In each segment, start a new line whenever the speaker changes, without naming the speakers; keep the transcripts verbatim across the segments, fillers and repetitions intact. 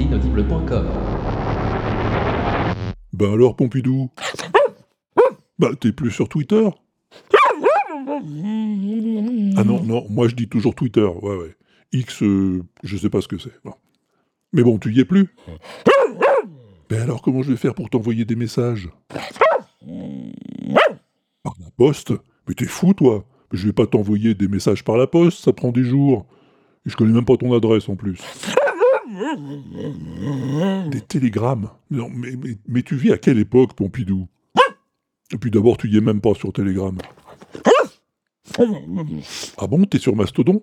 inaudible point com.
Ben alors, Pompidou? Bah, t'es plus sur Twitter? Ah non, non, moi je dis toujours Twitter, ouais, ouais. X, euh, je sais pas ce que c'est. Bon. Mais bon, tu y es plus? Ben alors, comment je vais faire pour t'envoyer des messages? Par la poste? Mais t'es fou, toi? Je vais pas t'envoyer des messages par la poste, ça prend des jours. Et je connais même pas ton adresse en plus. Des télégrammes? Non, mais, mais, mais tu vis à quelle époque, Pompidou? Et puis d'abord, tu y es même pas sur Telegram. Ah bon, t'es sur Mastodon?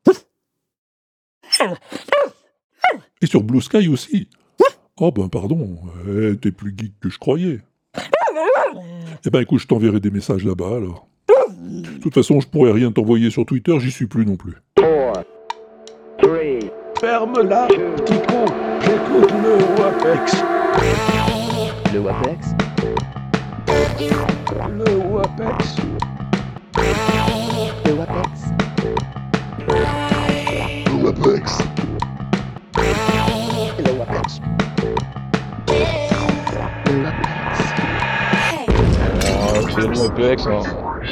Et sur Blue Sky aussi? Oh ben pardon, eh, t'es plus geek que je croyais. Eh ben écoute, je t'enverrai des messages là-bas alors. De toute façon, je pourrais rien t'envoyer sur Twitter, j'y suis plus non plus.
Ferme-la, petit con, j'écoute le WAPEX.
Le WAPEX?
Le WAPEX.
Le WAPEX?
Le WAPEX.
Le WAPEX? Le WAPEX?
Oh, c'est le WAPEX, hein.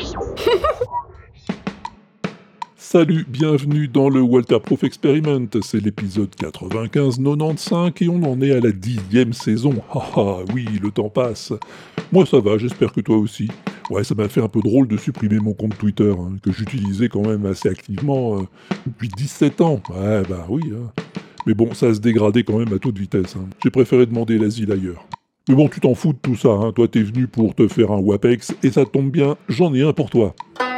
Salut, bienvenue dans le Walter Proof Experiment, c'est l'épisode quatre-vingt-quinze quatre-vingt-quinze et on en est à la dixième saison. Ah ah, oui, le temps passe. Moi ça va, j'espère que toi aussi. Ouais, ça m'a fait un peu drôle de supprimer mon compte Twitter, hein, que j'utilisais quand même assez activement euh, depuis dix-sept ans. Ouais, bah oui. Hein. Mais bon, ça se dégradait quand même à toute vitesse. Hein. J'ai préféré demander l'asile ailleurs. Mais bon, tu t'en fous de tout ça, hein. Toi t'es venu pour te faire un WAPEX, et ça tombe bien, j'en ai un pour toi.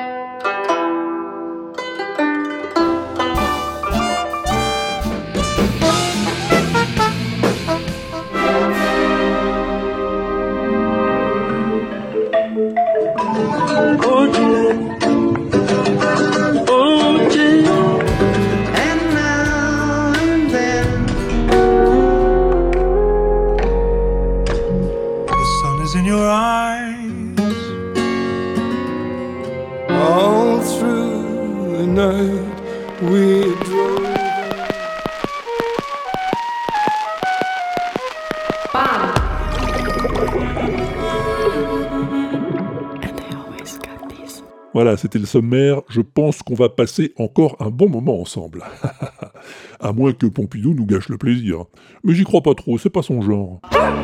Voilà, c'était le sommaire. Je pense qu'on va passer encore un bon moment ensemble. À moins que Pompidou nous gâche le plaisir. Mais j'y crois pas trop, c'est pas son genre.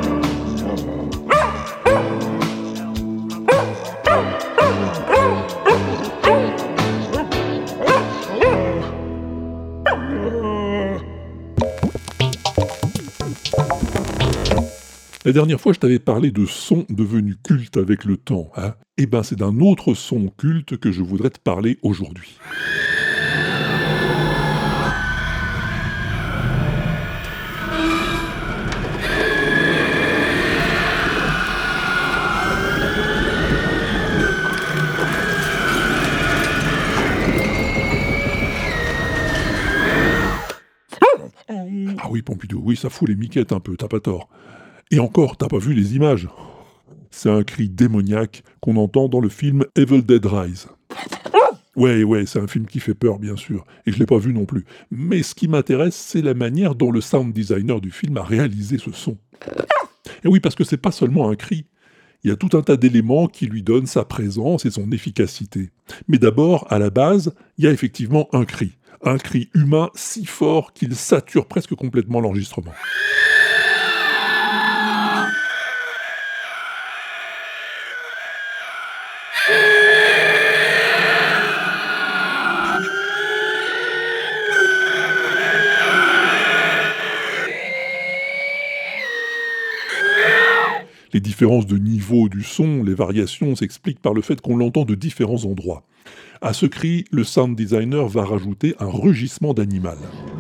La dernière fois, je t'avais parlé de sons devenus cultes avec le temps. Hein. Eh ben, c'est d'un autre son culte que je voudrais te parler aujourd'hui. Ah oui, Pompidou, oui, ça fout les miquettes un peu, t'as pas tort. Et encore, t'as pas vu les images? C'est un cri démoniaque qu'on entend dans le film Evil Dead Rise. Ouais, ouais, c'est un film qui fait peur, bien sûr, et je l'ai pas vu non plus. Mais ce qui m'intéresse, c'est la manière dont le sound designer du film a réalisé ce son. Et oui, parce que c'est pas seulement un cri. Il y a tout un tas d'éléments qui lui donnent sa présence et son efficacité. Mais d'abord, à la base, il y a effectivement un cri. Un cri humain si fort qu'il sature presque complètement l'enregistrement. Les différences de niveau du son, les variations s'expliquent par le fait qu'on l'entend de différents endroits. À ce cri, le sound designer va rajouter un rugissement d'animal.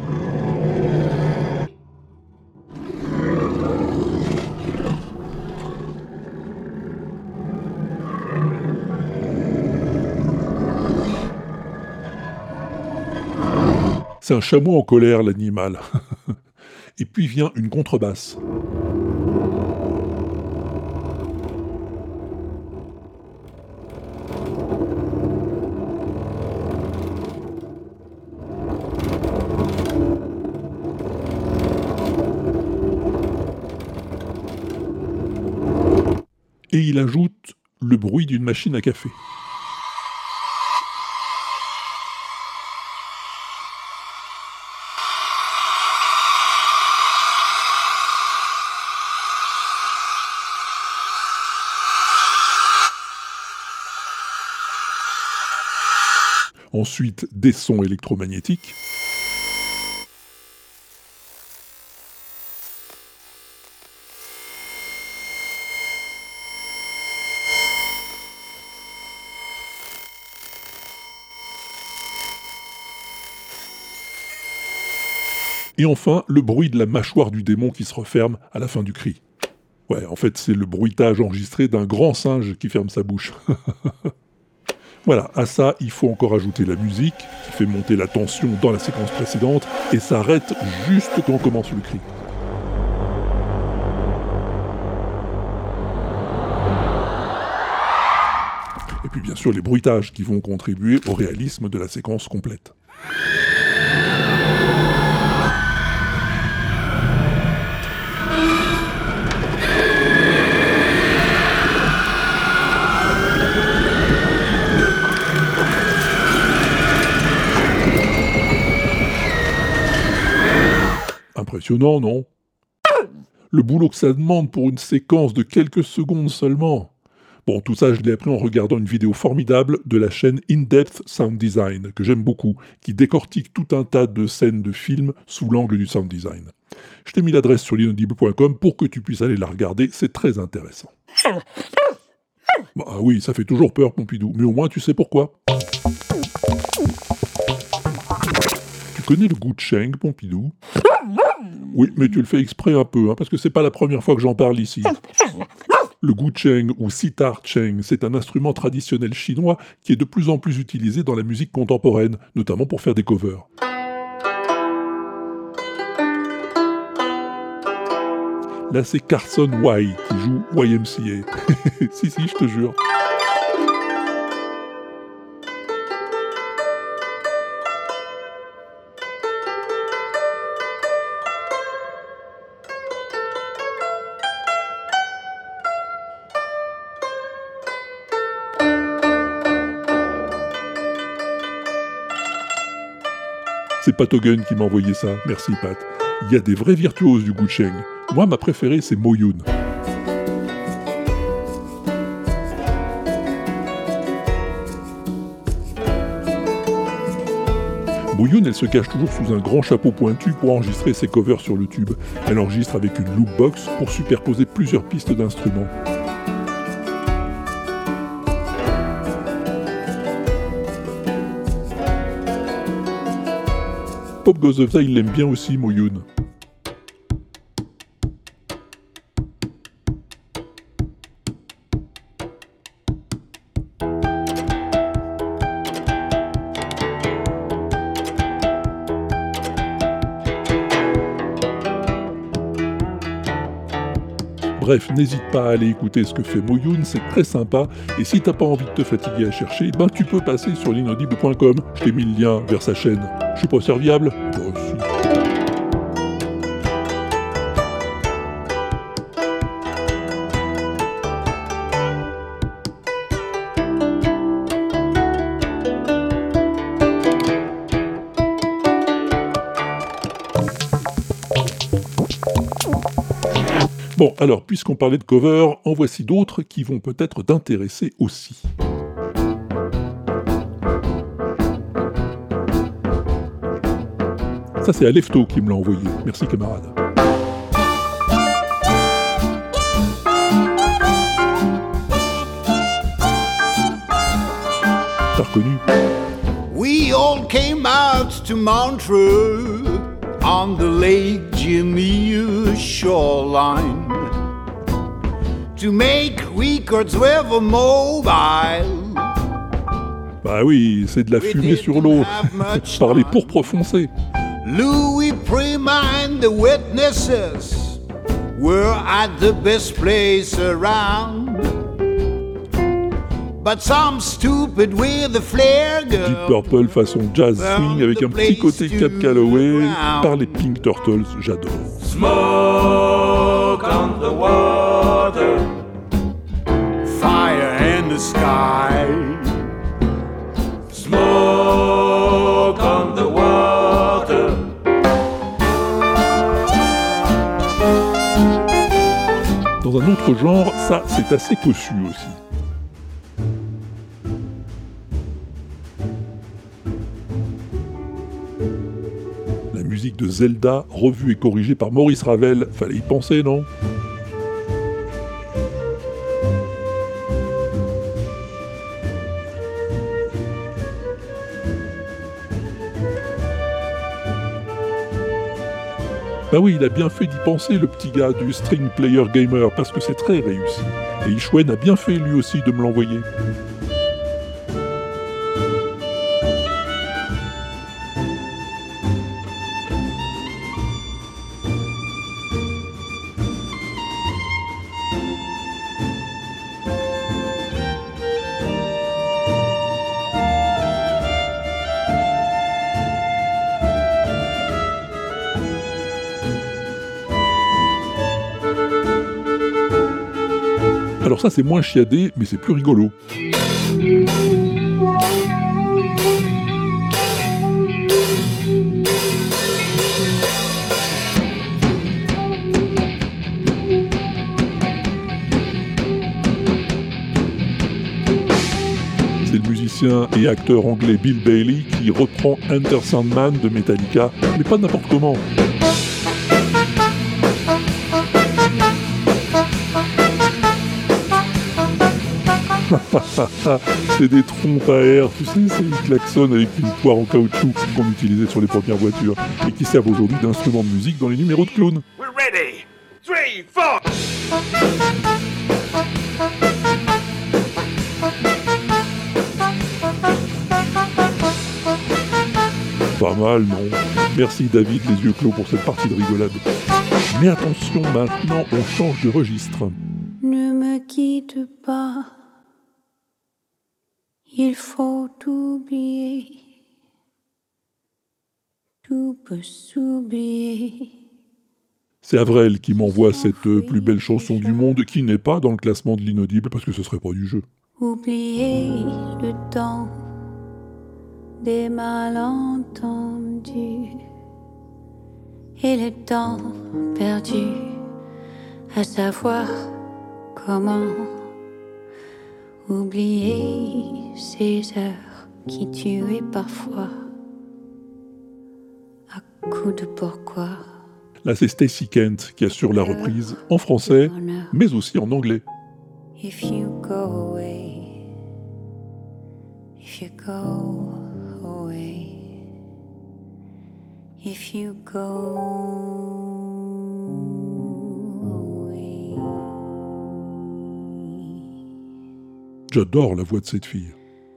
C'est un chameau en colère, l'animal. Et puis vient une contrebasse. et il ajoute le bruit d'une machine à café. Ensuite, des sons électromagnétiques. Et enfin, le bruit de la mâchoire du démon qui se referme à la fin du cri. Ouais, en fait, c'est le bruitage enregistré d'un grand singe qui ferme sa bouche. Voilà, à ça, il faut encore ajouter la musique, qui fait monter la tension dans la séquence précédente, et s'arrête juste quand commence le cri. Et puis bien sûr, les bruitages qui vont contribuer au réalisme de la séquence complète. Impressionnant, non? Le boulot que ça demande pour une séquence de quelques secondes seulement. Bon, tout ça, je l'ai appris en regardant une vidéo formidable de la chaîne In-Depth Sound Design, que j'aime beaucoup, qui décortique tout un tas de scènes de films sous l'angle du sound design. Je t'ai mis l'adresse sur l'inaudible point com pour que tu puisses aller la regarder, c'est très intéressant. Bah oui, ça fait toujours peur, Pompidou, mais au moins tu sais pourquoi. Tu connais le Gu Cheng, Pompidou? Oui, mais tu le fais exprès un peu, hein, parce que c'est pas la première fois que j'en parle ici. Le Gu Cheng ou Sitar Cheng, c'est un instrument traditionnel chinois qui est de plus en plus utilisé dans la musique contemporaine, notamment pour faire des covers. Là, c'est Carson Wai qui joue Y M C A. Si, si, je te jure. C'est Pat Hogan qui m'a envoyé ça, merci Pat. Il y a des vrais virtuoses du Gu Cheng. Moi, ma préférée, c'est Mo Yun. Mo Yun, elle se cache toujours sous un grand chapeau pointu pour enregistrer ses covers sur le tube. Elle enregistre avec une loopbox pour superposer plusieurs pistes d'instruments. Pop Goes the Veil, il l'aime bien aussi, Mo Yun. Bref, n'hésite pas à aller écouter ce que fait Mo Yun, c'est très sympa, et si t'as pas envie de te fatiguer à chercher, ben tu peux passer sur l'inaudible point com, je t'ai mis le lien vers sa chaîne. Je suis pas serviable? Bah si. Bon, alors, puisqu'on parlait de cover, en voici d'autres qui vont peut-être t'intéresser aussi. Ça, c'est Alefto qui me l'a envoyé. Merci, camarade. T'as reconnu?
We all came out to Montreux on the Lake Geneva shoreline to make records with a mobile.
Bah oui, c'est de la fumée sur l'eau. Par les pourpres foncés.
Louis Prima and the witnesses were at the best place around. But some stupid with a flare girl.
Deep Purple façon jazz swing avec un petit côté Cab Calloway par les Pink Turtles, j'adore.
Smoke on the water,
sky.
Smoke on the water.
Dans un autre genre, ça c'est assez cossu aussi. La musique de Zelda, revue et corrigée par Maurice Ravel, fallait y penser, non ? Bah oui, il a bien fait d'y penser, le petit gars du String Player Gamer, parce que c'est très réussi. Et Ishwen a bien fait lui aussi de me l'envoyer. Alors ça c'est moins chiadé, mais c'est plus rigolo. C'est le musicien et acteur anglais Bill Bailey qui reprend Enter Sandman de Metallica, mais pas n'importe comment. C'est des trompes à air, tu sais, c'est une klaxon avec une poire en caoutchouc qu'on utilisait sur les premières voitures et qui servent aujourd'hui d'instruments de musique dans les numéros de clowns.
We're ready. Three, four.
Pas mal, non ? Merci David, les yeux clos pour cette partie de rigolade. Mais attention, maintenant, on change de registre.
Ne me quitte pas. Il faut oublier, tout peut s'oublier.
C'est Avrel qui m'envoie cette euh, plus belle chanson du monde qui n'est pas dans le classement de l'inaudible parce que ce serait pas du jeu.
Oublier le temps des malentendus et le temps perdu à savoir comment. Oublier ces heures qui tuaient parfois à coups de pourquoi.
Là, c'est Stacey Kent qui assure la reprise en français, mais aussi en anglais.
If you go away, if you go away, if you go
J'adore la voix de cette fille.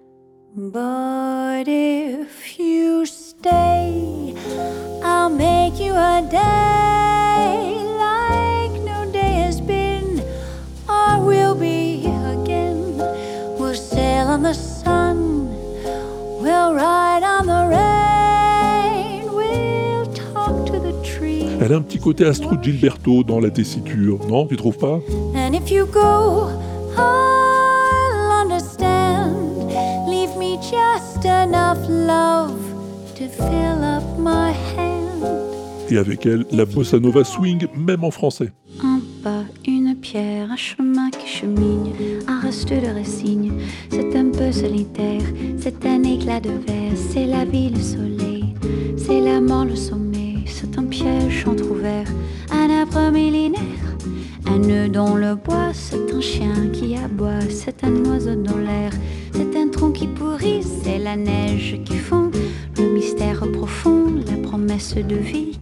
But if you stay, I'll make you a day like no day has been or will be again. We'll sail on the sun, we'll ride on the rain, we'll talk to the trees.
Elle a un petit côté Astrud Gilberto dans la tessiture, non, tu trouves pas ?
And if you go, I'll understand. Leave me just enough love to fill up my hand.
Et avec elle, la bossa nova swing, même en français.
Un pas, une pierre, un chemin qui chemine, un reste de résigne. C'est un peu solitaire, c'est un éclat de verre, c'est la vie, le soleil, c'est la mort, le sommet, c'est un piège entrouvert, un arbre millénaire, un nœud dans le bois, c'est un chien qui aboie, c'est un oiseau dans l'air, c'est un tronc qui pourrit, c'est la neige qui fond, le mystère profond, la promesse de vie.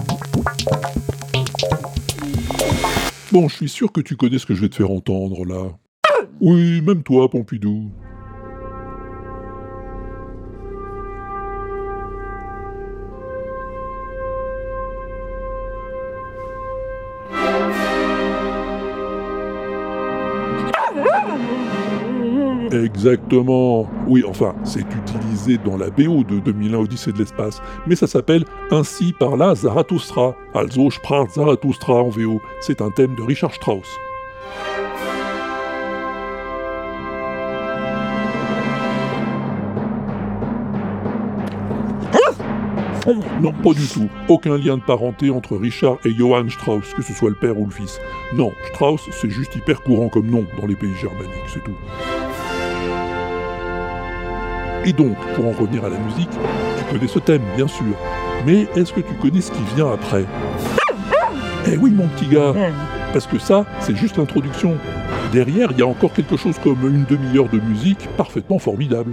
Bon, je suis sûr que tu connais ce que je vais te faire entendre, là. Oui, même toi, Pompidou. Exactement. Oui, enfin, c'est utilisé dans la B O de deux mille un Odyssée de l'espace, mais ça s'appelle Ainsi parla Zarathustra. Also sprach Zarathustra en V O. C'est un thème de Richard Strauss. Non, pas du tout. Aucun lien de parenté entre Richard et Johann Strauss, que ce soit le père ou le fils. Non, Strauss, c'est juste hyper courant comme nom dans les pays germaniques, c'est tout. Et donc, pour en revenir à la musique, tu connais ce thème, bien sûr. Mais est-ce que tu connais ce qui vient après ? Eh oui, mon petit gars, parce que ça, c'est juste l'introduction. Derrière, il y a encore quelque chose comme une demi-heure de musique parfaitement formidable.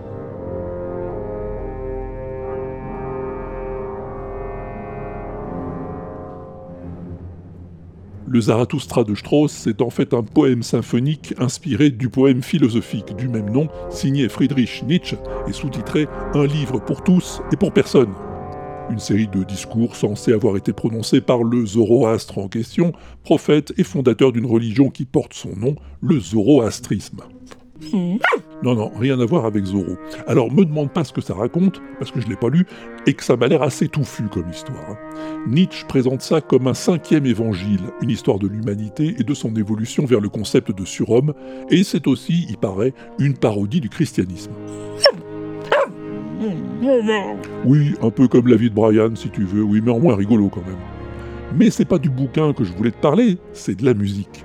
Le Zarathustra de Strauss, c'est en fait un poème symphonique inspiré du poème philosophique du même nom, signé Friedrich Nietzsche et sous-titré « Un livre pour tous et pour personne ». Une série de discours censés avoir été prononcés par le Zoroastre en question, prophète et fondateur d'une religion qui porte son nom, le zoroastrisme. Non, non, rien à voir avec Zorro. Alors, me demande pas ce que ça raconte, parce que je l'ai pas lu, et que ça m'a l'air assez touffu comme histoire. Nietzsche présente ça comme un cinquième évangile, une histoire de l'humanité et de son évolution vers le concept de surhomme, et c'est aussi, il paraît, une parodie du christianisme. Oui, un peu comme la vie de Brian, si tu veux, oui, mais en moins rigolo quand même. Mais c'est pas du bouquin que je voulais te parler, c'est de la musique.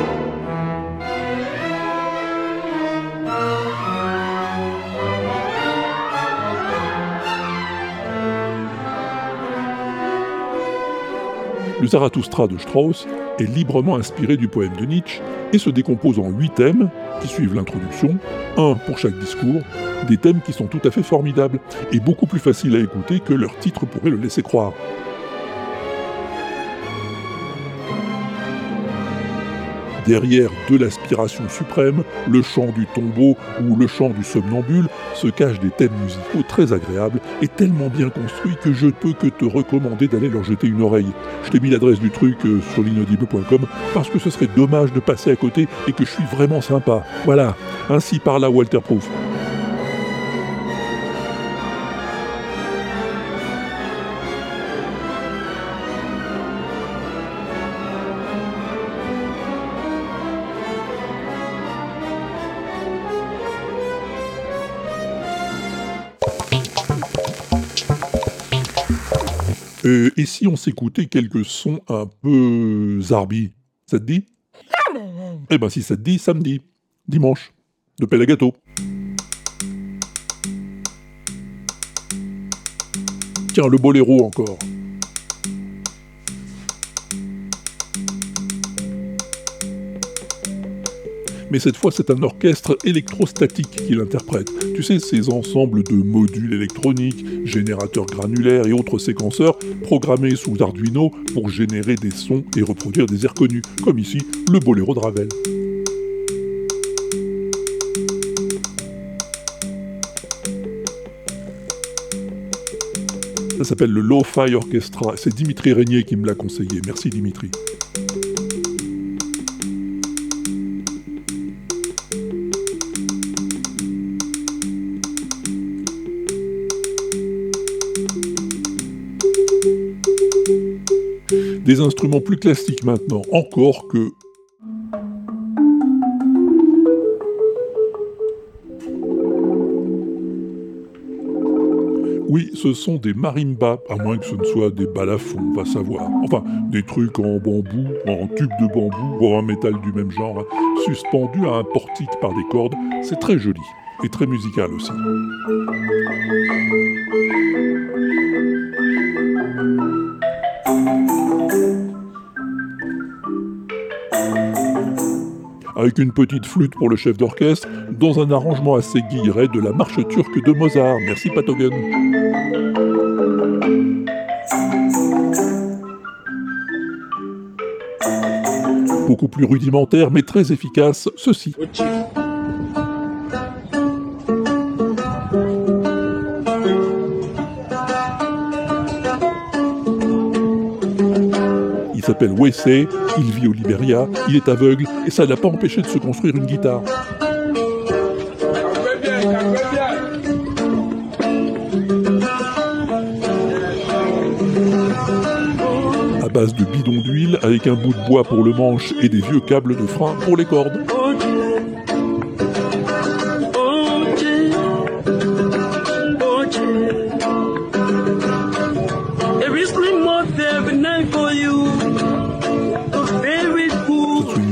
Le Zarathustra de Strauss est librement inspiré du poème de Nietzsche et se décompose en huit thèmes qui suivent l'introduction, un pour chaque discours, des thèmes qui sont tout à fait formidables et beaucoup plus faciles à écouter que leur titre pourrait le laisser croire. Derrière de l'aspiration suprême, le chant du tombeau ou le chant du somnambule se cachent des thèmes musicaux très agréables et tellement bien construits que je ne peux que te recommander d'aller leur jeter une oreille. Je t'ai mis l'adresse du truc euh, sur l'inaudible point com parce que ce serait dommage de passer à côté et que je suis vraiment sympa. Voilà, ainsi parla Walter Proof. Euh, et si on s'écoutait quelques sons un peu zarbi, ça te dit ? Eh ben si ça te dit, samedi, dimanche, de pelle à gâteau. Tiens, le boléro encore. Mais cette fois c'est un orchestre électrostatique qui l'interprète. Tu sais, ces ensembles de modules électroniques, générateurs granulaires et autres séquenceurs programmés sous Arduino pour générer des sons et reproduire des airs connus, comme ici le boléro de Ravel. Ça s'appelle le Lo-Fi Orchestra, c'est Dimitri Régnier qui me l'a conseillé, merci Dimitri. Des instruments plus classiques maintenant, encore que... Oui, ce sont des marimbas, à moins que ce ne soit des balafons, va savoir. Enfin, des trucs en bambou, en tube de bambou, ou en métal du même genre, suspendus à un portique par des cordes. C'est très joli, et très musical aussi. Avec une petite flûte pour le chef d'orchestre, dans un arrangement assez guilleret de la marche turque de Mozart. Merci Patogen. Beaucoup plus rudimentaire, mais très efficace, ceci. Il s'appelle Wessé, il vit au Libéria, il est aveugle et ça ne l'a pas empêché de se construire une guitare. À base de bidons d'huile avec un bout de bois pour le manche et des vieux câbles de frein pour les cordes.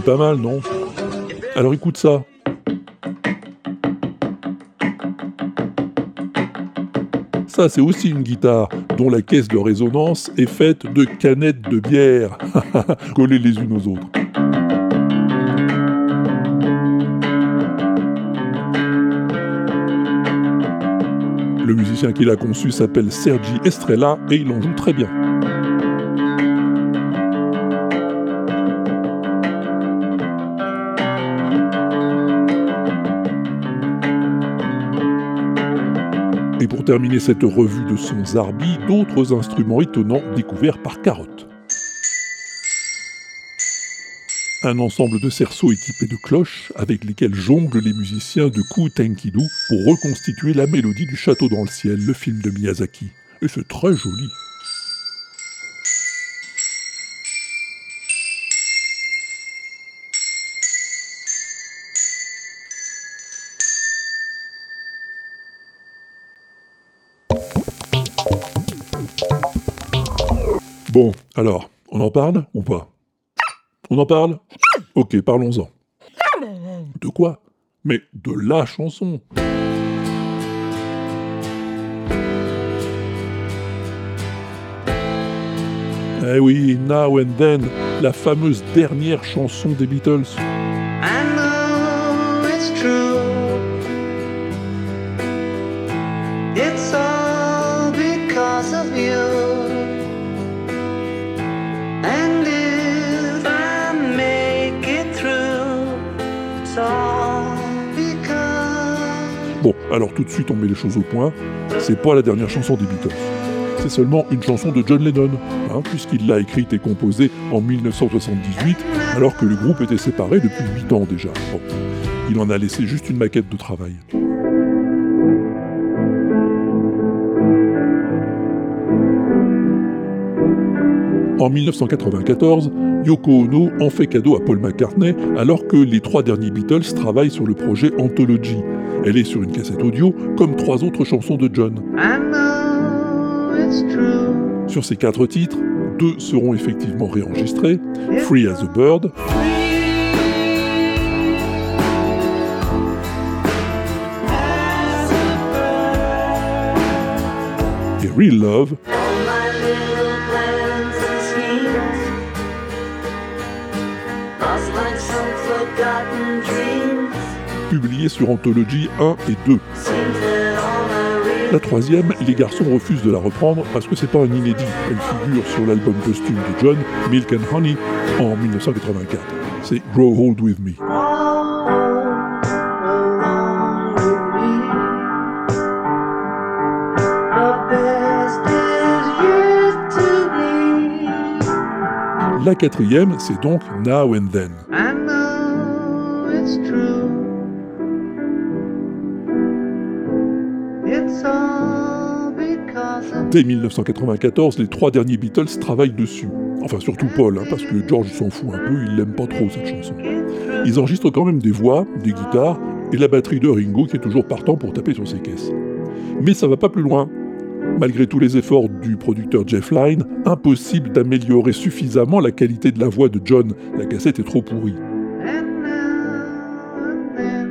pas mal, non? Alors écoute ça. Ça, c'est aussi une guitare dont la caisse de résonance est faite de canettes de bière, collées les unes aux autres. Le musicien qui l'a conçu s'appelle Sergi Estrella et il en joue très bien. Et pour terminer cette revue de sons Zarbi, d'autres instruments étonnants découverts par Carotte. Un ensemble de cerceaux équipés de cloches avec lesquels jonglent les musiciens de Ku Tenkidu pour reconstituer la mélodie du Château dans le ciel, le film de Miyazaki. Et c'est très joli. Bon, alors, on en parle ou pas? On en parle? Ok, parlons-en. De quoi? Mais de la chanson. Eh oui, Now and Then, la fameuse dernière chanson des Beatles.
I know it's true. It's all because of you. And if I make it through, it's all because...
Bon, alors tout de suite on met les choses au point. C'est pas la dernière chanson des Beatles. C'est seulement une chanson de John Lennon, hein, puisqu'il l'a écrite et composée en mille neuf cent soixante-dix-huit, alors que le groupe était séparé depuis huit ans déjà. Bon, il en a laissé juste une maquette de travail. En mille neuf cent quatre-vingt-quatorze, Yoko Ono en fait cadeau à Paul McCartney, alors que les trois derniers Beatles travaillent sur le projet Anthology. Elle est sur une cassette audio, comme trois autres chansons de John.
I know it's true.
Sur ces quatre titres, deux seront effectivement réenregistrés, Free as a Bird et Real Love,
All my little plans and schemes, lost like some forgotten dreams.
publiés sur Anthology un et deux.
Seems that all my real
La troisième, les garçons refusent de la reprendre parce que c'est pas un inédit. Elle figure sur l'album posthume de John, Milk and Honey, en mille neuf cent quatre-vingt-quatre. C'est Grow Old With Me. La quatrième, c'est donc Now and Then.
I know it's true. It's all because of
Dès mille neuf cent quatre-vingt-quatorze, les trois derniers Beatles travaillent dessus. Enfin, surtout Paul, hein, parce que George s'en fout un peu, il l'aime pas trop cette chanson. Ils enregistrent quand même des voix, des guitares, et la batterie de Ringo qui est toujours partant pour taper sur ses caisses. Mais ça va pas plus loin. Malgré tous les efforts du producteur Jeff Lynne, impossible d'améliorer suffisamment la qualité de la voix de John. La cassette est trop pourrie.
and now and then.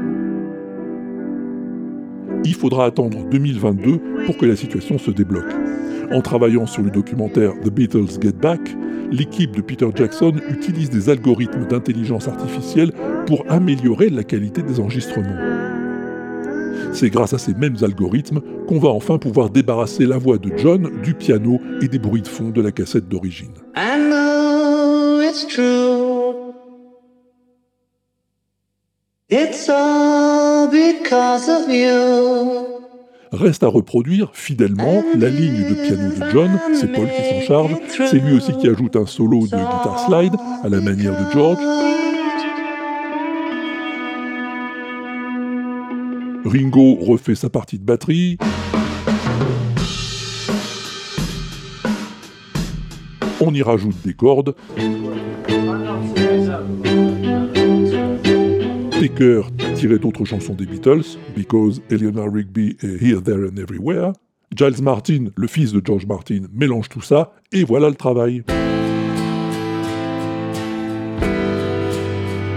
Il faudra attendre deux mille vingt-deux pour que la situation se débloque. En travaillant sur le documentaire The Beatles Get Back, l'équipe de Peter Jackson utilise des algorithmes d'intelligence artificielle pour améliorer la qualité des enregistrements. C'est grâce à ces mêmes algorithmes qu'on va enfin pouvoir débarrasser la voix de John du piano et des bruits de fond de la cassette d'origine.
I know it's true. It's all because of you.
Reste à reproduire fidèlement la ligne de piano de John, c'est Paul qui s'en charge, c'est lui aussi qui ajoute un solo de guitare slide à la manière de George. Ringo refait sa partie de batterie. On y rajoute des cordes. Des chœurs tirés d'autres chansons des Beatles, Because, Eleanor Rigby et Here, There and Everywhere. Giles Martin, le fils de George Martin, mélange tout ça, et voilà le travail.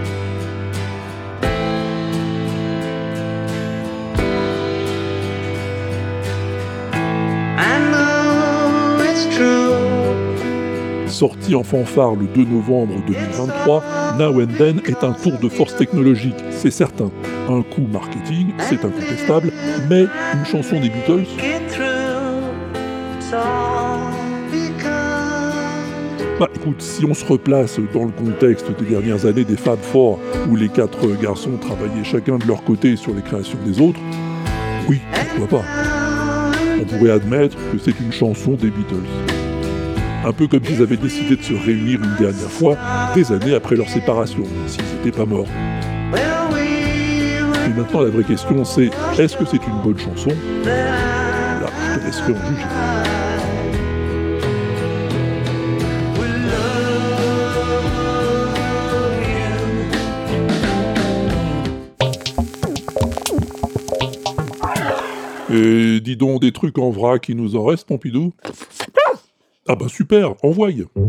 Sorti en fanfare le deux novembre deux mille vingt-trois, Now and Then est un tour de force technologique, c'est certain. Un coup marketing, c'est incontestable, mais une chanson des Beatles, bah écoute, si on se replace dans le contexte des dernières années des Fab Four, où les quatre garçons travaillaient chacun de leur côté sur les créations des autres, oui, pourquoi pas. On pourrait admettre que c'est une chanson des Beatles. Un peu comme s'ils avaient décidé de se réunir une dernière fois, des années après leur séparation, s'ils n'étaient pas morts. Et maintenant, la vraie question, c'est, est-ce que c'est une bonne chanson ? Là, je te laisserai en juger. Et dis donc des trucs en vrac qui nous en restent, Pompidou ? Ah bah super, envoie.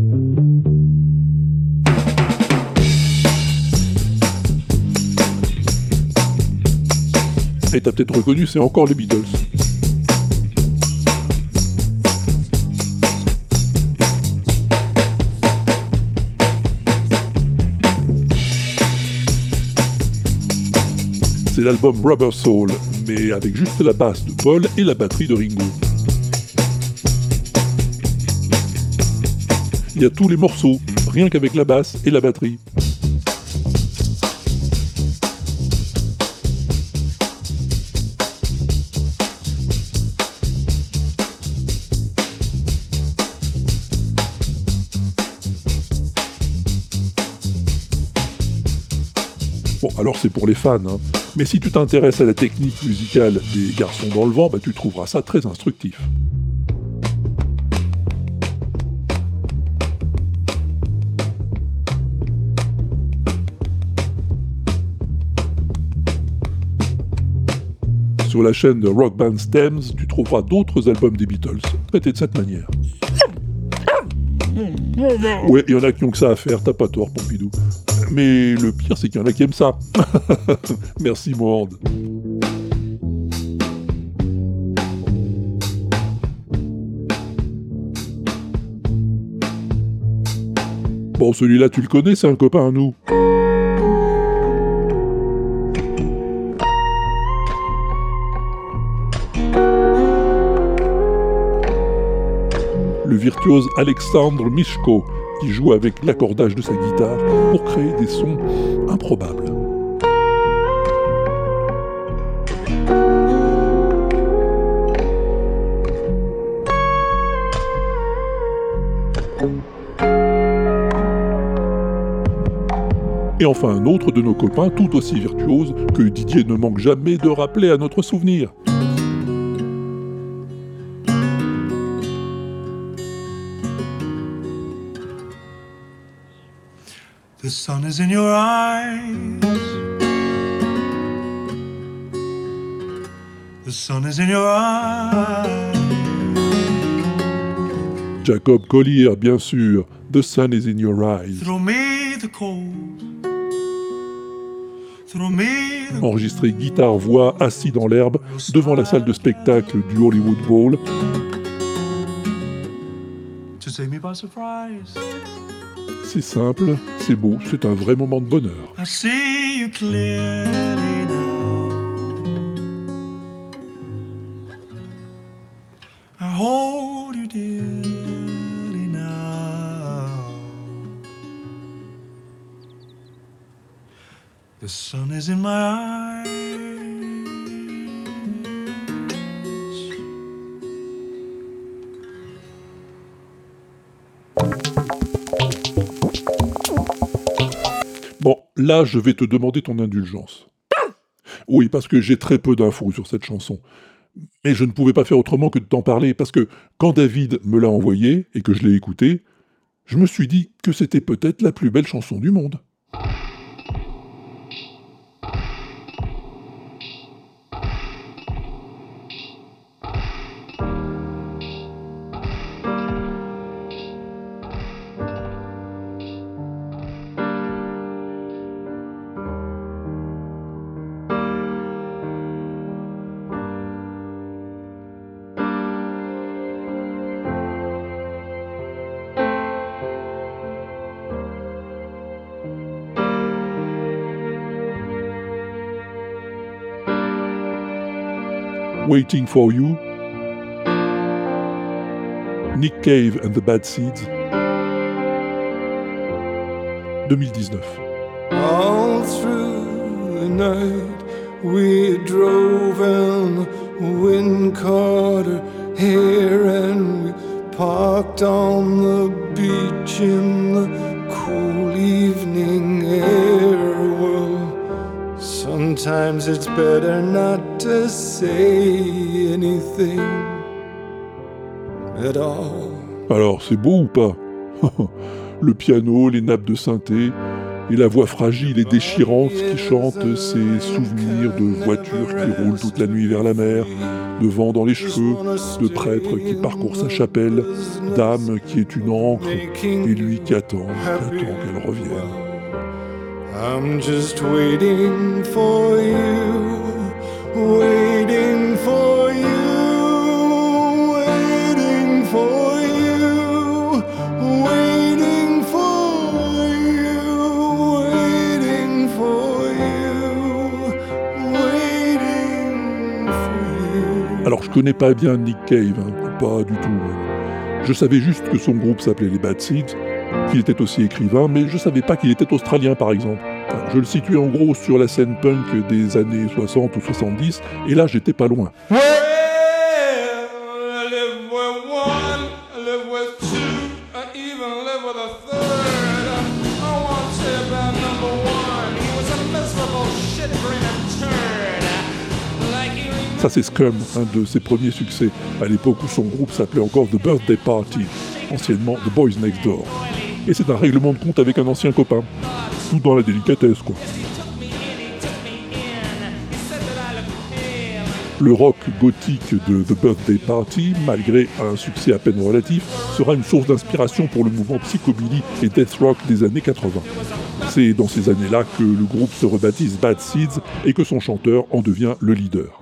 Et t'as peut-être reconnu, c'est encore les Beatles. C'est l'album Rubber Soul, mais avec juste la basse de Paul et la batterie de Ringo. Il y a tous les morceaux, rien qu'avec la basse et la batterie. Bon, alors c'est pour les fans, hein. Mais si tu t'intéresses à la technique musicale des Garçons dans le vent, bah tu trouveras ça très instructif. Sur la chaîne de Rock Band Stems, tu trouveras d'autres albums des Beatles, traités de cette manière. Ouais, il y en a qui ont que ça à faire, t'as pas tort, Pompidou. Mais le pire, c'est qu'il y en a qui aiment ça. Merci, Mohand. Bon, celui-là, tu le connais, c'est un copain à nous. Le virtuose Alexandre Mishko, qui joue avec l'accordage de sa guitare pour créer des sons improbables. Et enfin un autre de nos copains tout aussi virtuose que Didier ne manque jamais de rappeler à notre souvenir.
The sun is in your eyes. The sun is in your eyes.
Jacob Collier, bien sûr. The sun is in your eyes.
Throw me the cold. Throw me the
Enregistré guitare-voix assis dans l'herbe devant la salle de spectacle du Hollywood Bowl.
to take me by surprise.
C'est simple, c'est beau, c'est un vrai moment de bonheur.
I see you clearly now. I hold you dearly now. The sun is in my eyes.
Bon, là, je vais te demander ton indulgence. Oui, parce que j'ai très peu d'infos sur cette chanson. Mais je ne pouvais pas faire autrement que de t'en parler, parce que quand David me l'a envoyée et que je l'ai écoutée, je me suis dit que c'était peut-être la plus belle chanson du monde. Waiting for You, Nick Cave and the Bad Seeds, deux mille dix-neuf.
All through the night we drove in the wind caught her hair and we parked on the beach in the cool evening air. Well, sometimes it's better not to say anything at all.
Alors, c'est beau ou pas? Le piano, les nappes de synthé, et la voix fragile et déchirante qui chante ses souvenirs de voitures qui roulent toute la nuit vers la mer, de vent dans les cheveux, de prêtre qui parcourt sa chapelle, d'âme qui est une encre, et lui qui attend, qui attend qu'elle revienne.
I'm just waiting for you, waiting for you, waiting for you, waiting for you, waiting for you, waiting for you.
Alors je connais pas bien Nick Cave, hein, pas du tout. Hein. Je savais juste que son groupe s'appelait les Bad Seeds, qu'il était aussi écrivain, mais je savais pas qu'il était australien par exemple. Enfin, je le situais en gros sur la scène punk des années soixante ou soixante-dix, et là j'étais pas loin.
Well, I live with one, I live with two, I even live with a third. I want to say about number one, he was a miserable shit-brained turd. Like he remembered...
Ça c'est Scum, un de ses premiers succès, à l'époque où son groupe s'appelait encore The Birthday Party, anciennement The Boys Next Door. Et c'est un règlement de compte avec un ancien copain. Tout dans la délicatesse, quoi. Le rock gothique de The Birthday Party, malgré un succès à peine relatif, sera une source d'inspiration pour le mouvement psychobilly et death rock des années quatre-vingts. C'est dans ces années-là que le groupe se rebaptise Bad Seeds et que son chanteur en devient le leader.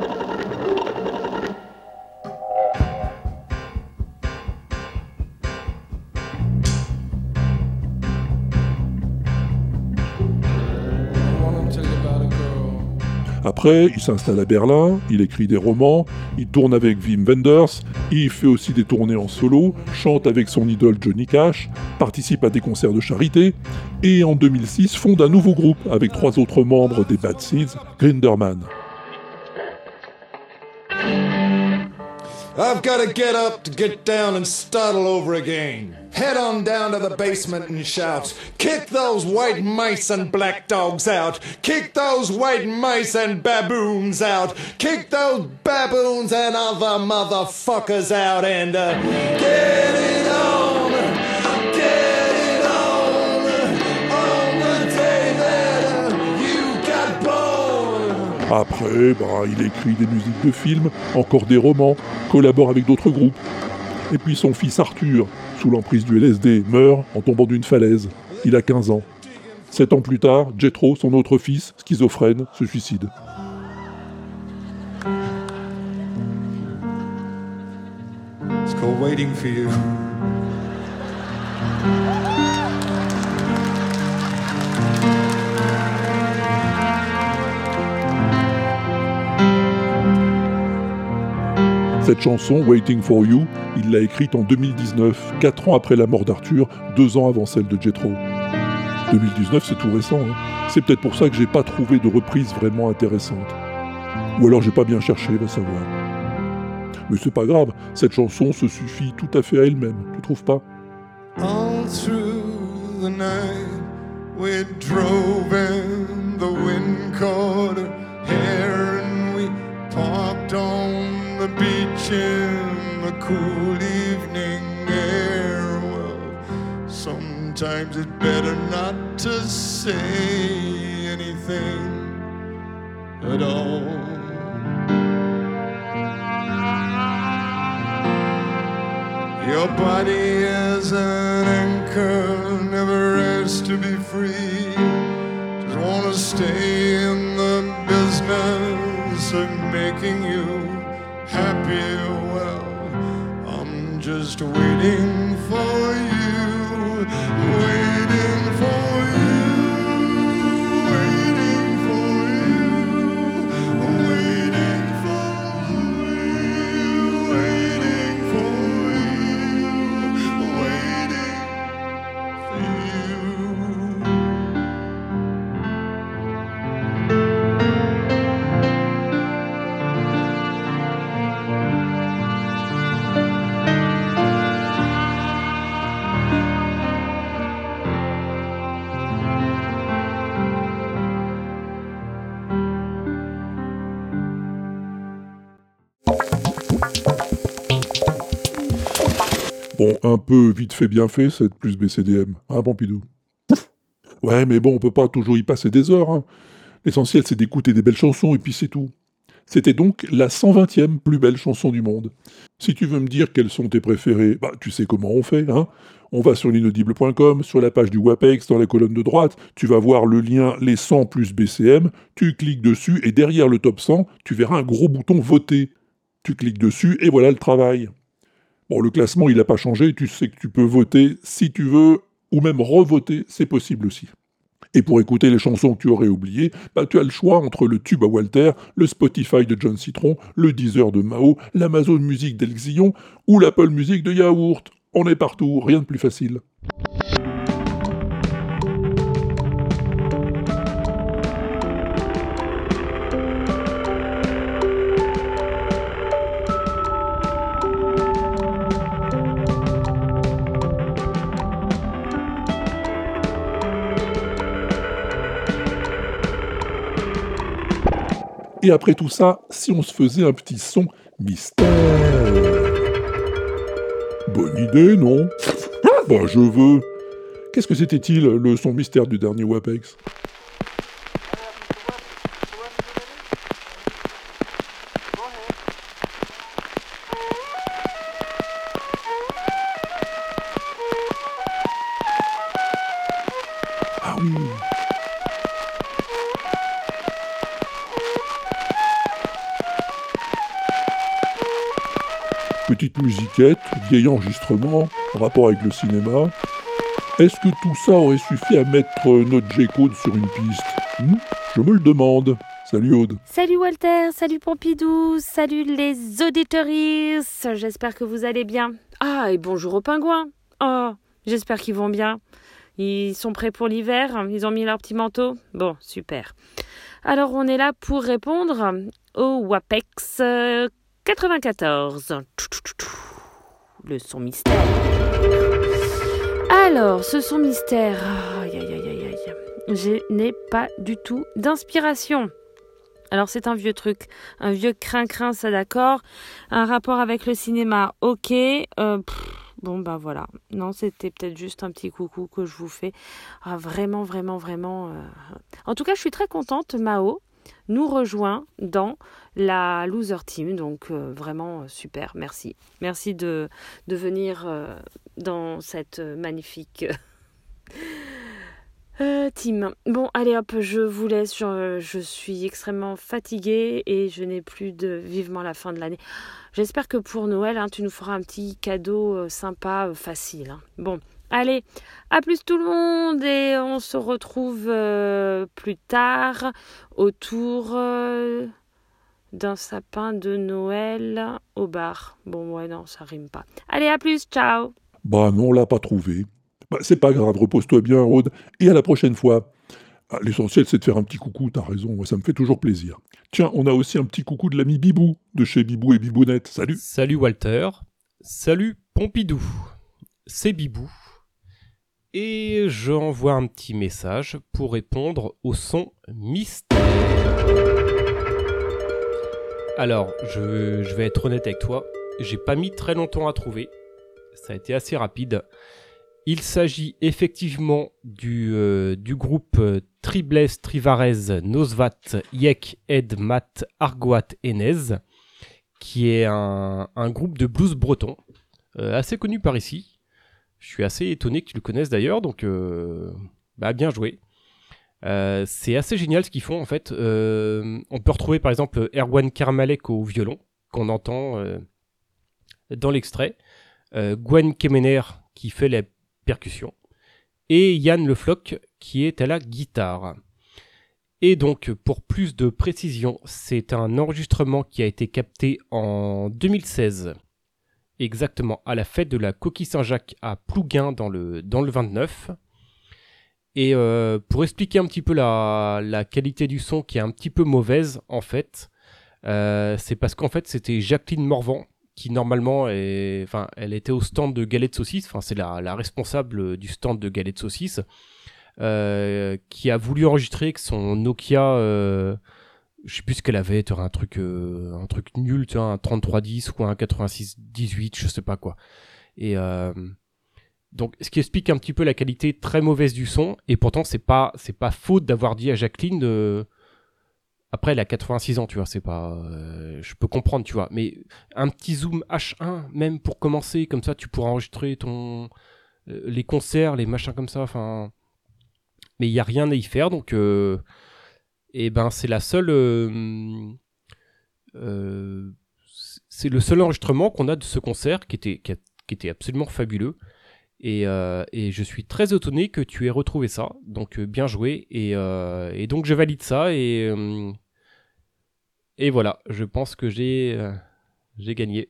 Après, il s'installe à Berlin, il écrit des romans, il tourne avec Wim Wenders, il fait aussi des tournées en solo, chante avec son idole Johnny Cash, participe à des concerts de charité, et en deux mille six fonde un nouveau groupe avec trois autres membres des Bad Seeds, Grinderman.
I've got to get up to get down and start all over again. Head on down to the basement and shout, kick those white mice and black dogs out. Kick those white mice and baboons out. Kick those baboons and other motherfuckers out and uh, get it on, get it on, on the day that uh, you got born.
Après, bah, il écrit des musiques de films, encore des romans, collabore avec d'autres groupes. Et puis son fils Arthur, sous l'emprise du L S D, meurt en tombant d'une falaise. Il a quinze ans. Sept ans plus tard, Jethro, son autre fils, schizophrène, se suicide.
It's called Waiting for You.
Cette chanson, Waiting for You, il l'a écrite en deux mille dix-neuf, quatre ans après la mort d'Arthur, deux ans avant celle de Jethro. deux mille dix-neuf, c'est tout récent, hein. C'est peut-être pour ça que j'ai pas trouvé de reprise vraiment intéressante. Ou alors j'ai pas bien cherché, va savoir. Mais c'est pas grave, cette chanson se suffit tout à fait à elle-même, tu trouves pas?
All through the night we drove in the wind caught her hair and we parked on the beach in the cool evening air. Well, sometimes it's better not to say anything at all. Your body is an anchor, never rests to be free. Just wanna stay in the business of making you happy. Well, I'm just waiting for you, waiting for you, waiting for you, waiting for you.
Bon, un peu vite fait bien fait, cette plus B C D M, hein Pompidou? Ouais, mais bon, on peut pas toujours y passer des heures, hein. L'essentiel, c'est d'écouter des belles chansons, et puis c'est tout. C'était donc la cent vingtième plus belle chanson du monde. Si tu veux me dire quelles sont tes préférées, bah tu sais comment on fait, hein. On va sur l'inaudible point com, sur la page du WAPEX, dans la colonne de droite, tu vas voir le lien les cent plus B C M, tu cliques dessus, et derrière le top cent, tu verras un gros bouton voter. Tu cliques dessus, et voilà le travail. Bon, le classement, il n'a pas changé, tu sais que tu peux voter si tu veux, ou même revoter, c'est possible aussi. Et pour écouter les chansons que tu aurais oubliées, bah, tu as le choix entre le tube à Walter, le Spotify de John Citron, le Deezer de Mao, l'Amazon Music d'Elxillon ou l'Apple Music de Yaourt. On est partout, rien de plus facile. Et après tout ça, si on se faisait un petit son mystère? Bonne idée, non? Bah, je veux. Qu'est-ce que c'était-il, le son mystère du dernier WAPEX? Ah oui. Petite musiquette, vieil enregistrement, rapport avec le cinéma. Est-ce que tout ça aurait suffi à mettre notre G-Code sur une piste? hmm Je me le demande. Salut Aude.
Salut Walter, salut Pompidou, salut les auditoristes. J'espère que vous allez bien. Ah, et bonjour aux pingouins. Oh, j'espère qu'ils vont bien. Ils sont prêts pour l'hiver? Ils ont mis leur petit manteau? Bon, super. Alors, on est là pour répondre au WAPEX quatre-vingt-quatorze. Le son mystère. Alors, ce son mystère. Aïe, aïe, aïe, aïe, aïe. Je n'ai pas du tout d'inspiration. Alors, c'est un vieux truc. Un vieux crin-crin, ça d'accord. Un rapport avec le cinéma, ok. Euh, pff, bon, bah voilà. Non, c'était peut-être juste un petit coucou que je vous fais. Ah, vraiment, vraiment, vraiment. Euh... En tout cas, je suis très contente. Mao nous rejoint dans la Loser Team, donc euh, vraiment euh, super, merci. Merci de, de venir euh, dans cette euh, magnifique euh, team. Bon, allez hop, je vous laisse, je, je suis extrêmement fatiguée et je n'ai plus de vivement la fin de l'année. J'espère que pour Noël, hein, tu nous feras un petit cadeau euh, sympa, euh, facile. Hein. Bon, allez, à plus tout le monde et on se retrouve euh, plus tard autour euh, d'un sapin de Noël au bar. Bon, ouais, non, ça rime pas. Allez, à plus, ciao.
Bah non, on l'a pas trouvé. Bah, c'est pas grave, repose-toi bien, Aude, et à la prochaine fois. Ah, l'essentiel, c'est de faire un petit coucou, t'as raison, moi, ça me fait toujours plaisir. Tiens, on a aussi un petit coucou de l'ami Bibou, de chez Bibou et Bibounette. Salut.
Salut Walter. Salut Pompidou. C'est Bibou. Et je envoie un petit message pour répondre au son mystère. Alors, je, je vais être honnête avec toi, j'ai pas mis très longtemps à trouver. Ça a été assez rapide. Il s'agit effectivement du, euh, du groupe Tribles Trivarez Nosvat Yek Ed Mat Argoat Enez, qui est un, un groupe de blues breton, euh, assez connu par ici. Je suis assez étonné que tu le connaisses d'ailleurs, donc euh, bah, bien joué. Euh, c'est assez génial ce qu'ils font en fait. Euh, on peut retrouver par exemple Erwan Kermalek au violon, qu'on entend euh, dans l'extrait. Euh, Gwen Kemener qui fait les percussions. Et Yann Le Floch qui est à la guitare. Et donc, pour plus de précision, c'est un enregistrement qui a été capté en deux mille seize. Exactement, à la fête de la Coquille Saint-Jacques à Plouguin dans le, dans le vingt-neuf. Et euh, pour expliquer un petit peu la, la qualité du son qui est un petit peu mauvaise, en fait, euh, c'est parce qu'en fait, c'était Jacqueline Morvan qui, normalement, est, enfin, elle était au stand de galets de saucisses, enfin, c'est la, la responsable du stand de galets de saucisses, euh, qui a voulu enregistrer avec son Nokia... Euh, je sais plus ce qu'elle avait, tu vois, un truc, euh, un truc nul, tu vois, un trente-trois dix ou un quatre-vingt-six dix-huit, je sais pas quoi. Et euh, donc, ce qui explique un petit peu la qualité très mauvaise du son. Et pourtant, c'est pas, c'est pas faute d'avoir dit à Jacqueline de... Après, elle a quatre-vingt-six ans, tu vois, c'est pas... Euh, je peux comprendre, tu vois. Mais un petit zoom H un, même pour commencer, comme ça, tu pourras enregistrer ton... Euh, les concerts, les machins comme ça, enfin... Mais il n'y a rien à y faire, donc... Euh, et ben, c'est la seule... Euh, euh, c'est le seul enregistrement qu'on a de ce concert qui était, qui, a, qui était absolument fabuleux. Et, euh, et je suis très étonné que tu aies retrouvé ça. Donc, euh, bien joué. Et, euh, et donc, je valide ça. Et, euh, et voilà, je pense que j'ai, euh, j'ai gagné.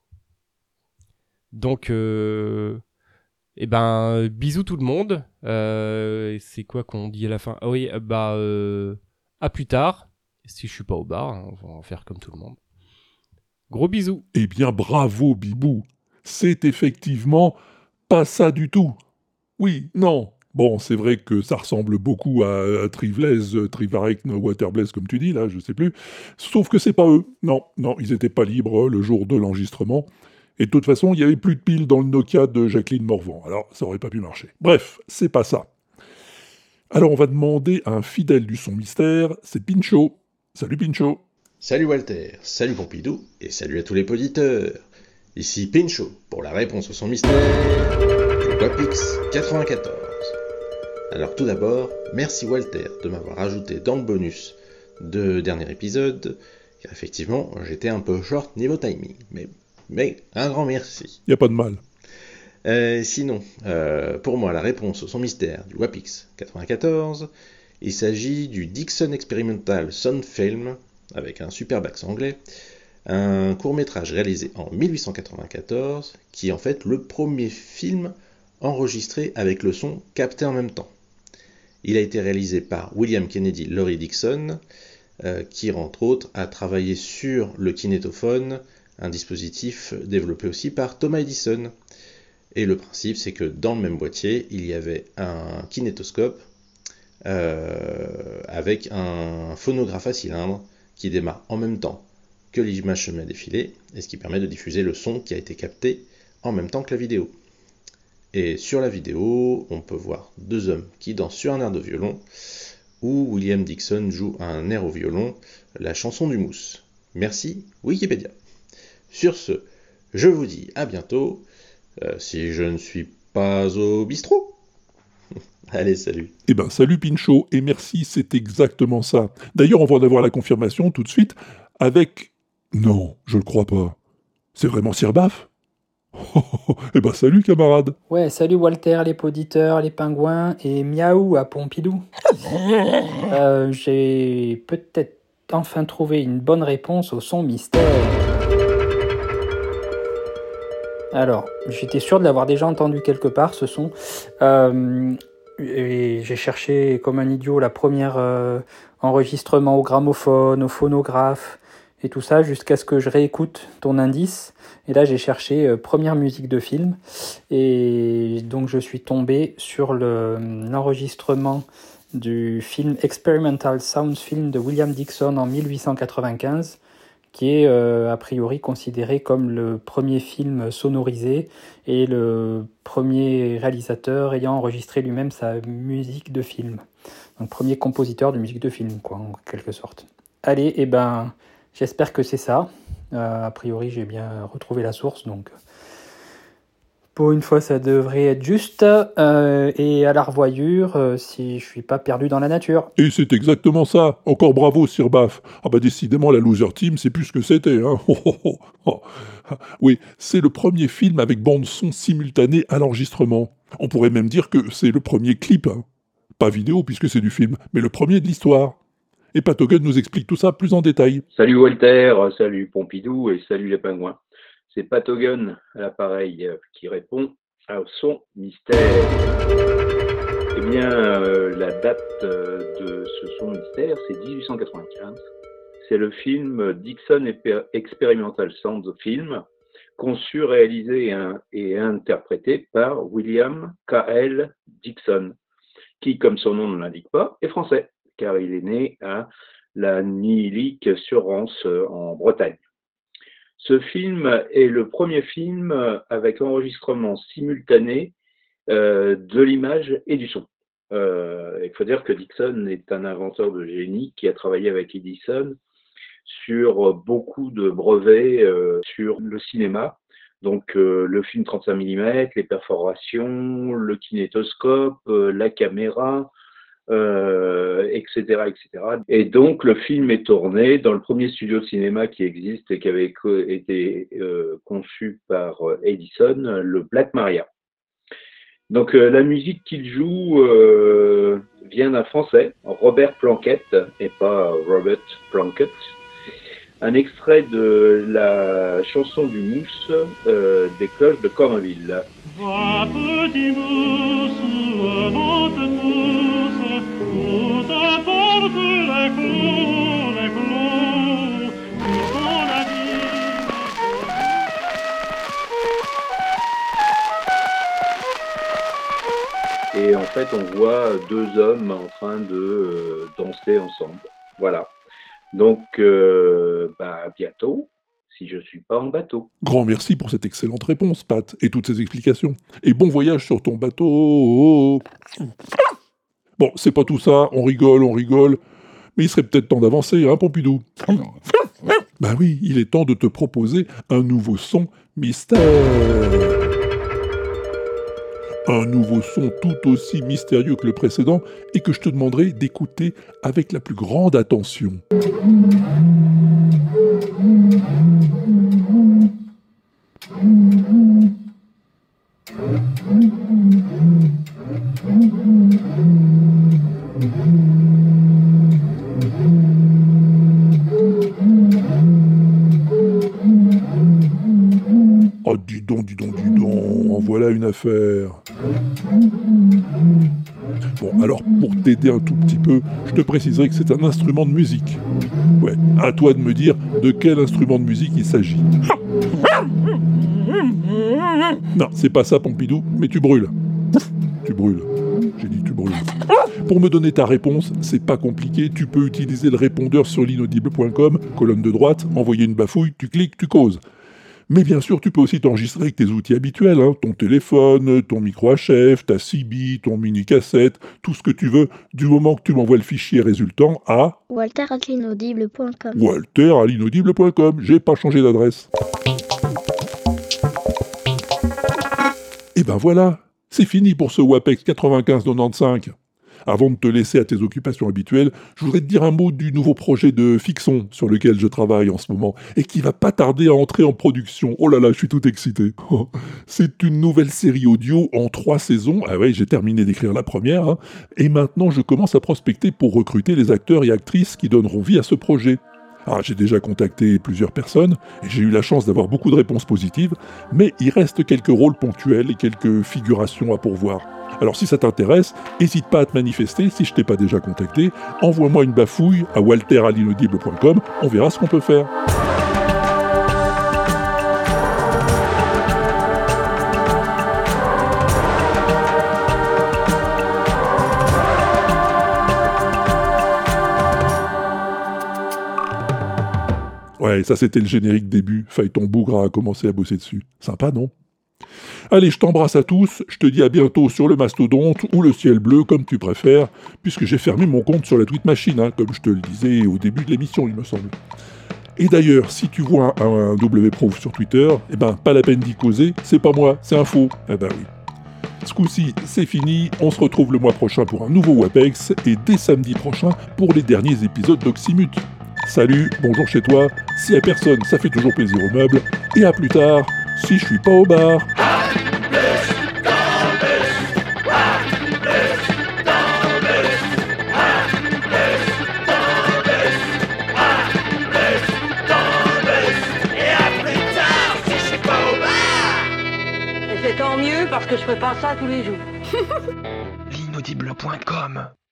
Donc, euh, et ben, bisous tout le monde. Euh, c'est quoi qu'on dit à la fin? Ah oui, bah, euh, à plus tard. Si je suis pas au bar, hein, on va en faire comme tout le monde. Gros bisous.
Eh bien, bravo, Bibou. C'est effectivement pas ça du tout. Oui, non. Bon, c'est vrai que ça ressemble beaucoup à, à Trivelaise, Trivarek, Waterblaze, comme tu dis, là, je sais plus. Sauf que c'est pas eux. Non, non, ils étaient pas libres le jour de l'enregistrement. Et de toute façon, il y avait plus de piles dans le Nokia de Jacqueline Morvan. Alors, ça aurait pas pu marcher. Bref, c'est pas ça. Alors, on va demander à un fidèle du son mystère, c'est Pinchot. Salut Pinchot.
Salut Walter, salut Pompidou, et salut à tous les auditeurs. Ici Pinchot, pour la réponse au son mystère du Wapix quatre-vingt-quatorze. Alors tout d'abord, merci Walter de m'avoir ajouté dans le bonus de dernier épisode, car effectivement, j'étais un peu short niveau timing, mais, mais un grand merci.
Y a pas de mal.
Euh, sinon, euh, pour moi, la réponse au son mystère du Wapix quatre-vingt-quatorze, il s'agit du Dixon Experimental Sound Film, avec un superbe accent anglais, un court-métrage réalisé en mille huit cent quatre-vingt-quatorze, qui est en fait le premier film enregistré avec le son capté en même temps. Il a été réalisé par William Kennedy Laurie Dixon, euh, qui entre autres a travaillé sur le kinétophone, un dispositif développé aussi par Thomas Edison. Et le principe, c'est que dans le même boîtier, il y avait un kinétoscope euh, avec un phonographe à cylindre qui démarre en même temps que l'image se met à défiler, et ce qui permet de diffuser le son qui a été capté en même temps que la vidéo. Et sur la vidéo, on peut voir deux hommes qui dansent sur un air de violon, où William Dixon joue un air au violon, la chanson du mousse. Merci Wikipédia. Sur ce, je vous dis à bientôt, euh, si je ne suis pas au bistrot. Allez, salut.
Eh ben, salut Pinchot, et merci, c'est exactement ça. D'ailleurs, on va en avoir la confirmation tout de suite avec... Non, je le crois pas. C'est vraiment Sirbaf? Eh ben, salut camarade.
Ouais, salut Walter, les poditeurs, les pingouins, et miaou à Pompidou. euh, j'ai peut-être enfin trouvé une bonne réponse au son mystère. Alors, j'étais sûr de l'avoir déjà entendu quelque part, ce son. Euh... Et j'ai cherché comme un idiot la première euh, enregistrement au gramophone, au phonographe et tout ça jusqu'à ce que je réécoute ton indice. Et là j'ai cherché euh, première musique de film et donc je suis tombé sur le, l'enregistrement du film Experimental Sound Film de William Dixon en mille huit cent quatre-vingt-quinze, qui est euh, a priori considéré comme le premier film sonorisé et le premier réalisateur ayant enregistré lui-même sa musique de film. Donc premier compositeur de musique de film, quoi, en quelque sorte. Allez, et eh ben, j'espère que c'est ça. Euh, a priori, j'ai bien retrouvé la source, donc pour une fois, ça devrait être juste. Euh, et à la revoyure, euh, si je suis pas perdu dans la nature.
Et c'est exactement ça. Encore bravo, Sirbaf. Ah bah décidément, la Loser Team, c'est plus ce que c'était. Hein. Oh, oh, oh, oh. Oui, c'est le premier film avec bande-son simultanée à l'enregistrement. On pourrait même dire que c'est le premier clip. Hein. Pas vidéo, puisque c'est du film, mais le premier de l'histoire. Et Patogun nous explique tout ça plus en détail.
Salut Walter, salut Pompidou et salut les pingouins. C'est Patogun à l'appareil qui répond au son mystère. Eh bien, euh, la date de ce son mystère, c'est dix-huit cent quatre-vingt-quinze. C'est le film Dixon Experimental Sound Film, conçu, réalisé et, un, et interprété par William K L Dixon, qui, comme son nom ne l'indique pas, est français, car il est né à la Niilique-sur-Rance en Bretagne. Ce film est le premier film avec enregistrement simultané euh, de l'image et du son. Euh, il faut dire que Dixon est un inventeur de génie qui a travaillé avec Edison sur beaucoup de brevets euh, sur le cinéma. Donc euh, le film trente-cinq millimètres, les perforations, le kinétoscope, euh, la caméra, euh, et cetera, et cetera. Et donc le film est tourné dans le premier studio de cinéma qui existe et qui avait été euh, conçu par Edison, le Black Maria. Donc euh, la musique qu'il joue euh, vient d'un Français, Robert Planquette, et pas Robert Plunkett. Un extrait de la chanson du Mousse euh, des cloches de Corneville.
Va petit mousse, monte mousse, où t'apporte les clous, les clous, où ton ami.
Et en fait, on voit deux hommes en train de euh, danser ensemble. Voilà. Donc, euh, bah, bientôt, si je ne suis pas en bateau.
Grand merci pour cette excellente réponse, Pat, et toutes ces explications. Et bon voyage sur ton bateau. Bon, c'est pas tout ça, on rigole, on rigole, mais il serait peut-être temps d'avancer, hein, Pompidou? Bah oui, il est temps de te proposer un nouveau son mystère. Un nouveau son tout aussi mystérieux que le précédent et que je te demanderai d'écouter avec la plus grande attention. Oh, dis donc, dis donc, dis donc, en voilà une affaire. Bon, alors, pour t'aider un tout petit peu, je te préciserai que c'est un instrument de musique. Ouais, à toi de me dire de quel instrument de musique il s'agit. Non, c'est pas ça, Pompidou, mais tu brûles. Tu brûles. J'ai dit tu brûles. Pour me donner ta réponse, c'est pas compliqué, tu peux utiliser le répondeur sur l'inaudible point com, colonne de droite, envoyer une bafouille, tu cliques, tu causes. Mais bien sûr, tu peux aussi t'enregistrer avec tes outils habituels, hein, ton téléphone, ton micro H F, ta C B, ton mini-cassette, tout ce que tu veux, du moment que tu m'envoies le fichier résultant à...
Walter arobase l'inaudible point com.
Walter arobase l'inaudible point com, j'ai pas changé d'adresse. Et ben voilà, c'est fini pour ce WAPEX quatre-vingt-quinze quatre-vingt-quinze. Avant de te laisser à tes occupations habituelles, je voudrais te dire un mot du nouveau projet de Fixon sur lequel je travaille en ce moment et qui va pas tarder à entrer en production. Oh là là, je suis tout excité. C'est une nouvelle série audio en trois saisons. Ah ouais, j'ai terminé d'écrire la première, hein, et maintenant je commence à prospecter pour recruter les acteurs et actrices qui donneront vie à ce projet. Ah, j'ai déjà contacté plusieurs personnes et j'ai eu la chance d'avoir beaucoup de réponses positives, mais il reste quelques rôles ponctuels et quelques figurations à pourvoir. Alors si ça t'intéresse, n'hésite pas à te manifester si je t'ai pas déjà contacté, envoie-moi une bafouille à walter arobase l'inaudible point com, on verra ce qu'on peut faire. Ouais, ça c'était le générique début, Phaéton Bougre a commencé à bosser dessus. Sympa, non ? Allez, je t'embrasse à tous, je te dis à bientôt sur le mastodonte ou le ciel bleu, comme tu préfères, puisque j'ai fermé mon compte sur la Tweet Machine, hein, comme je te le disais au début de l'émission, il me semble. Et d'ailleurs, si tu vois un, un W-Prof sur Twitter, eh ben, pas la peine d'y causer, c'est pas moi, c'est un faux. Eh ben oui. Ce coup-ci, c'est fini, on se retrouve le mois prochain pour un nouveau WAPEX, et dès samedi prochain pour les derniers épisodes d'Oxymute. Salut, bonjour chez toi, si à personne, ça fait toujours plaisir au meuble, et à plus tard, si je suis pas au bar.
Et c'est tant mieux parce que je fais pas ça tous les jours.
l'inaudible point com